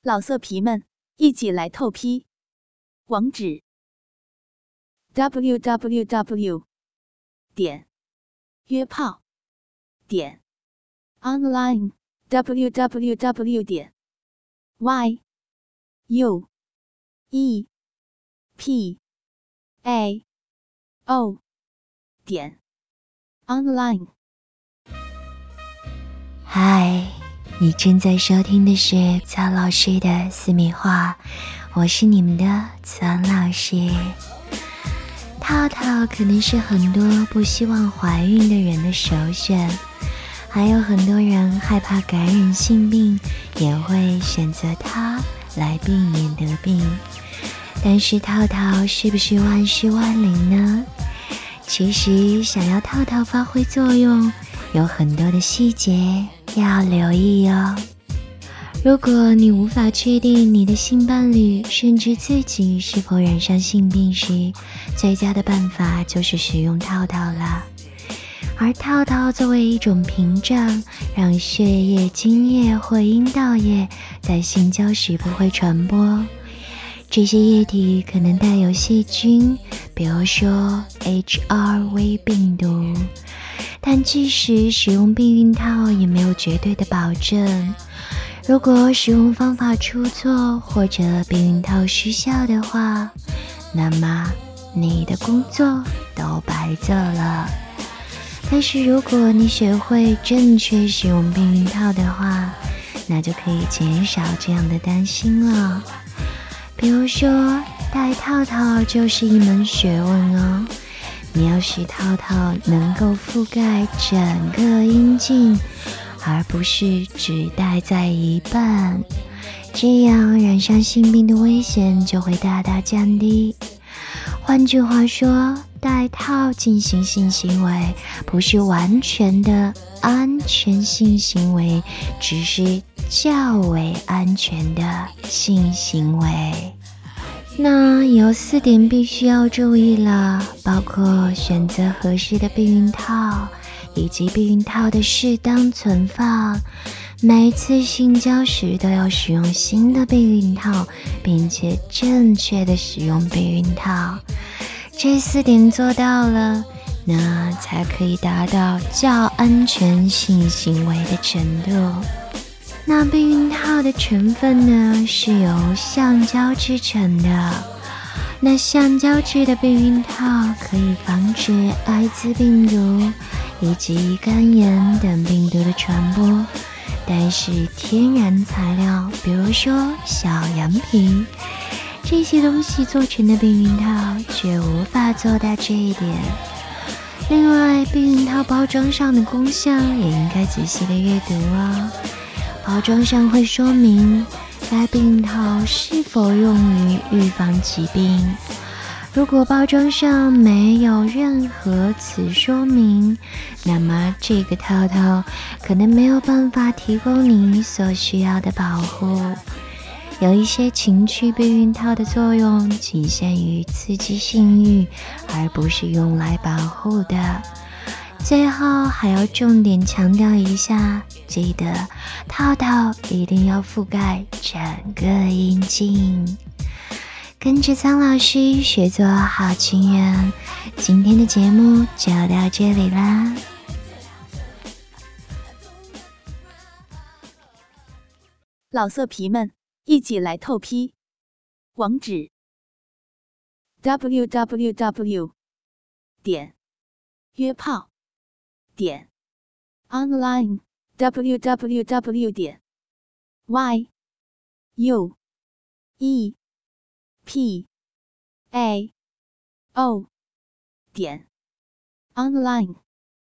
老色皮们，一起来透批！网址 www.约炮online www.yuepao.online。 嗨，你正在收听的是曹老师的私密话，我是你们的曹老师。套套可能是很多不希望怀孕的人的首选，还有很多人害怕感染性病，也会选择它来避免得病。但是套套是不是万事万灵呢？其实想要套套发挥作用，有很多的细节要留意哦。如果你无法确定你的性伴侣甚至自己是否染上性病时，最佳的办法就是使用套套了。而套套作为一种屏障，让血液、精液或阴道液在性交时不会传播。这些液体可能带有细菌，比如说 HRV 病毒，但即使使用避孕套也没有绝对的保证。如果使用方法出错或者避孕套失效的话，那么你的工作都白做了。但是如果你学会正确使用避孕套的话，那就可以减少这样的担心了。比如说戴套套就是一门学问哦，你要使套套能够覆盖整个阴茎，而不是只戴在一半，这样染上性病的危险就会大大降低。换句话说，戴套进行性行为不是完全的安全性行为，只是较为安全的性行为。那有4点必须要注意了，包括选择合适的避孕套，以及避孕套的适当存放，每次性交时都要使用新的避孕套，并且正确的使用避孕套。这4点做到了，那才可以达到较安全性行为的程度。那避孕套的成分呢，是由橡胶制成的。那橡胶制的避孕套可以防止艾滋病毒以及肝炎等病毒的传播，但是天然材料，比如说小羊皮，这些东西做成的避孕套却无法做到这一点。另外，避孕套包装上的功效也应该仔细的阅读哦。包装上会说明该避孕套是否用于预防疾病。如果包装上没有任何此说明，那么这个套套可能没有办法提供你所需要的保护。有一些情趣避孕套的作用仅限于刺激性欲，而不是用来保护的。最后还要重点强调一下，记得套套一定要覆盖整个阴茎。跟着苍老师学做好情人，今天的节目就到这里啦。 老色皮们，一起来透批！网址 www.约炮online www.yuepao.online